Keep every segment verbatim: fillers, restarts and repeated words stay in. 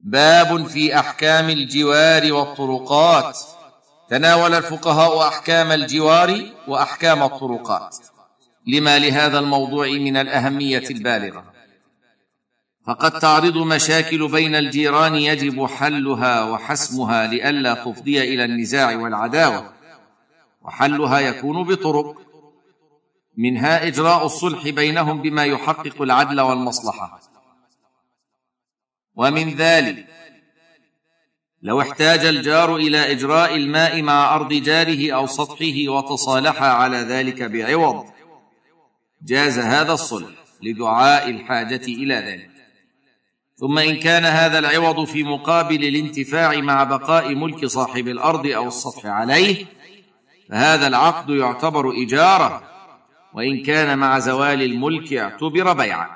باب في أحكام الجوار والطرقات. تناول الفقهاء أحكام الجوار وأحكام الطرقات لما لهذا الموضوع من الأهمية البالغة، فقد تعرض مشاكل بين الجيران يجب حلها وحسمها لئلا تفضي إلى النزاع والعداوة، وحلها يكون بطرق، منها إجراء الصلح بينهم بما يحقق العدل والمصلحة. ومن ذلك لو احتاج الجار إلى إجراء الماء مع أرض جاره أو سطحه وتصالحا على ذلك بعوض، جاز هذا الصلح لدعاء الحاجة إلى ذلك. ثم إن كان هذا العوض في مقابل الانتفاع مع بقاء ملك صاحب الأرض أو السطح عليه، فهذا العقد يعتبر إجارة، وإن كان مع زوال الملك اعتبر بيعا.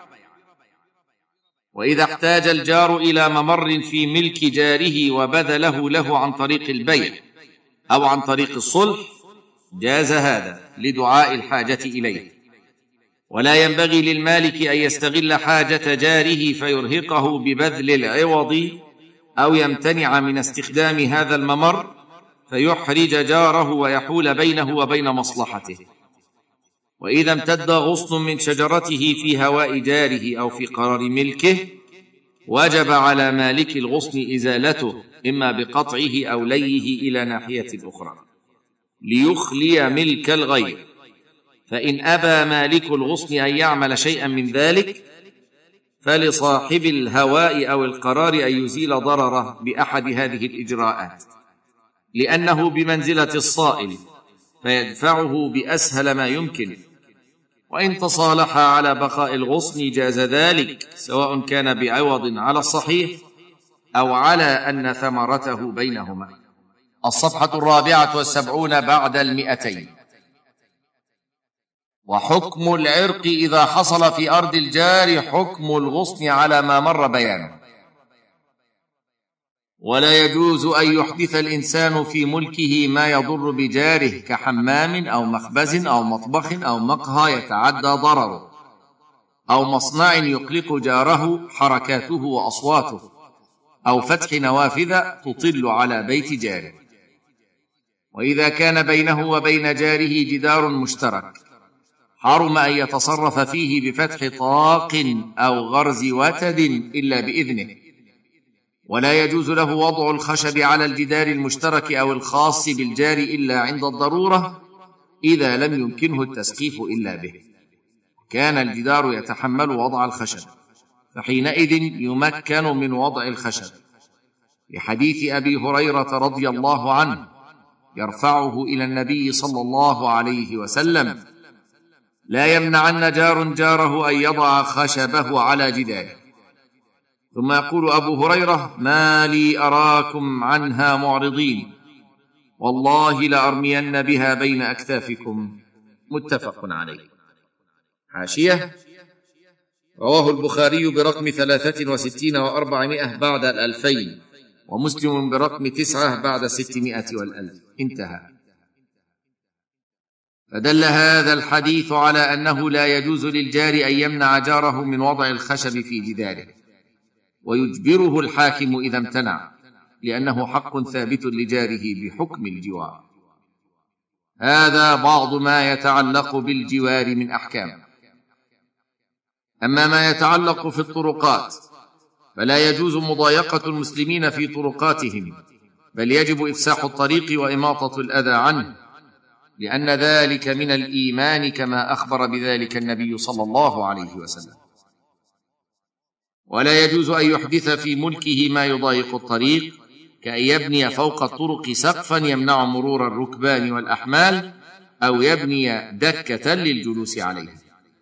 وإذا احتاج الجار إلى ممر في ملك جاره وبذله له عن طريق البيع أو عن طريق الصلح، جاز هذا لدعاء الحاجة إليه. ولا ينبغي للمالك أن يستغل حاجة جاره فيرهقه ببذل العوض أو يمتنع من استخدام هذا الممر فيحرج جاره ويحول بينه وبين مصلحته. وإذا امتد غصن من شجرته في هواء جاره أو في قرار ملكه، وجب على مالك الغصن إزالته، إما بقطعه أو ليه إلى ناحية أخرى ليخلي ملك الغير. فإن أبى مالك الغصن أن يعمل شيئا من ذلك، فلصاحب الهواء أو القرار أن يزيل ضرره بأحد هذه الإجراءات، لأنه بمنزلة الصائل فيدفعه بأسهل ما يمكن. وإن تصالحا على بقاء الغصن جاز ذلك، سواء كان بعوض على الصحيح أو على أن ثمرته بينهما. الصفحة الرابعة والسبعون بعد المئتين. وحكم العرق إذا حصل في أرض الجار حكم الغصن على ما مر بيانه. ولا يجوز أن يحدث الإنسان في ملكه ما يضر بجاره كحمام أو مخبز أو مطبخ أو مقهى يتعدى ضرره، أو مصنع يقلق جاره حركاته وأصواته، أو فتح نوافذ تطل على بيت جاره. وإذا كان بينه وبين جاره جدار مشترك، حرم أن يتصرف فيه بفتح طاق أو غرز وتد إلا بإذنه. ولا يجوز له وضع الخشب على الجدار المشترك أو الخاص بالجار إلا عند الضرورة، إذا لم يمكنه التسقيف إلا به. كان الجدار يتحمل وضع الخشب، فحينئذ يمكن من وضع الخشب، لحديث أبي هريرة رضي الله عنه يرفعه إلى النبي صلى الله عليه وسلم: لا يمنعن جار جاره أن يضع خشبه على جداره. ثم يقول أبو هريرة: ما لي أراكم عنها معرضين، والله لأرمين بها بين أكتافكم. متفق عليه. حاشية: رواه البخاري برقم ثلاثة وستين وأربعمائة بعد الألفين، ومسلم برقم تسعة بعد ستمائة والألف. انتهى. فدل هذا الحديث على أنه لا يجوز للجار أن يمنع جاره من وضع الخشب في جداره، ويجبره الحاكم إذا امتنع، لأنه حق ثابت لجاره بحكم الجوار. هذا بعض ما يتعلق بالجوار من أحكام. أما ما يتعلق في الطرقات، فلا يجوز مضايقة المسلمين في طرقاتهم، بل يجب إفساح الطريق وإماطة الأذى عنه، لأن ذلك من الإيمان، كما أخبر بذلك النبي صلى الله عليه وسلم. ولا يجوز أن يحدث في ملكه ما يضايق الطريق، كأن يبني فوق الطرق سقفا يمنع مرور الركبان والأحمال، أو يبني دكة للجلوس عليها.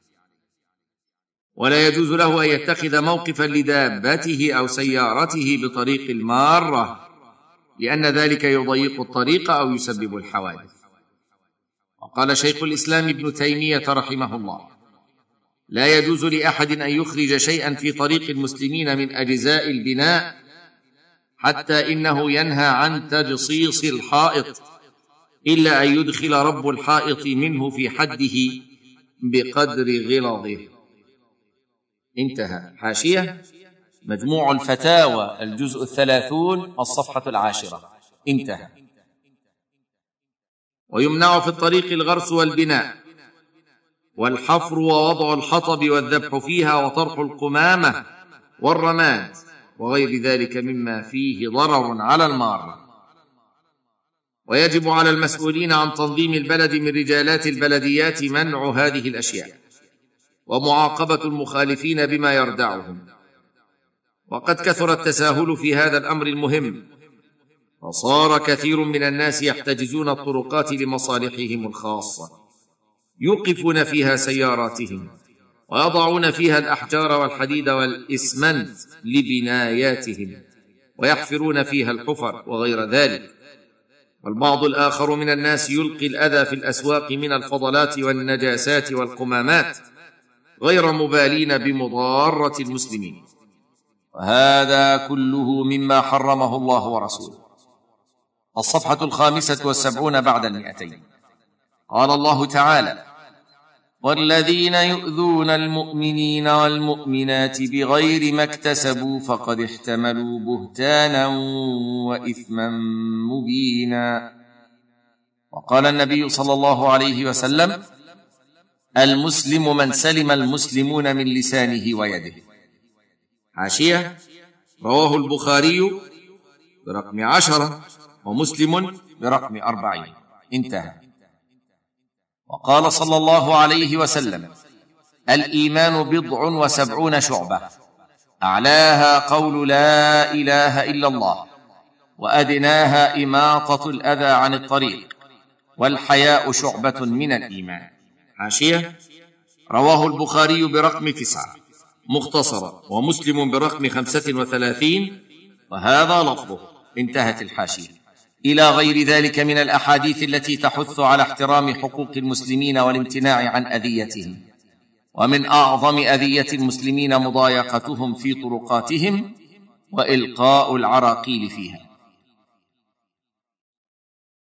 ولا يجوز له أن يتخذ موقفا لدابته أو سيارته بطريق المارة، لأن ذلك يضيق الطريق أو يسبب الحوادث. وقال شيخ الإسلام ابن تيمية رحمه الله: لا يجوز لأحد أن يخرج شيئا في طريق المسلمين من أجزاء البناء، حتى إنه ينهى عن تجصيص الحائط، إلا أن يدخل رب الحائط منه في حده بقدر غلظه. انتهى. حاشية: مجموع الفتاوى الجزء الثلاثون الصفحة العاشرة. انتهى. ويمنع في الطريق الغرس والبناء والحفر ووضع الحطب والذبح فيها وطرح القمامة والرماد وغير ذلك مما فيه ضرر على المار. ويجب على المسؤولين عن تنظيم البلد من رجالات البلديات منع هذه الأشياء ومعاقبة المخالفين بما يردعهم. وقد كثر التساهل في هذا الأمر المهم، فصار كثير من الناس يحتجزون الطرقات لمصالحهم الخاصة، يوقفون فيها سياراتهم ويضعون فيها الأحجار والحديد والإسمنت لبناياتهم ويحفرون فيها الحفر وغير ذلك. والبعض الآخر من الناس يلقي الأذى في الأسواق من الفضلات والنجاسات والقمامات غير مبالين بمضارة المسلمين، وهذا كله مما حرمه الله ورسوله. الصفحة الخامسة والسبعون بعد المئتين. قال الله تعالى: والذين يؤذون المؤمنين والمؤمنات بغير ما اكتسبوا فقد احتملوا بهتانا وإثما مبينا. وقال النبي صلى الله عليه وسلم: المسلم من سلم المسلمون من لسانه ويده. حاشية: رواه البخاري برقم عشرة ومسلم برقم أربعين. انتهى. وقال صلى الله عليه وسلم: الإيمان بضع وسبعون شعبة، أعلاها قول لا إله إلا الله، وأدناها إماطة الأذى عن الطريق، والحياء شعبة من الإيمان. حاشية: رواه البخاري برقم تسعة مختصرا ومسلم برقم خمسة وثلاثين، وهذا لفظه. انتهت الحاشية. إلى غير ذلك من الأحاديث التي تحث على احترام حقوق المسلمين والامتناع عن أذيتهم. ومن أعظم أذية المسلمين مضايقتهم في طرقاتهم وإلقاء العراقيل فيها.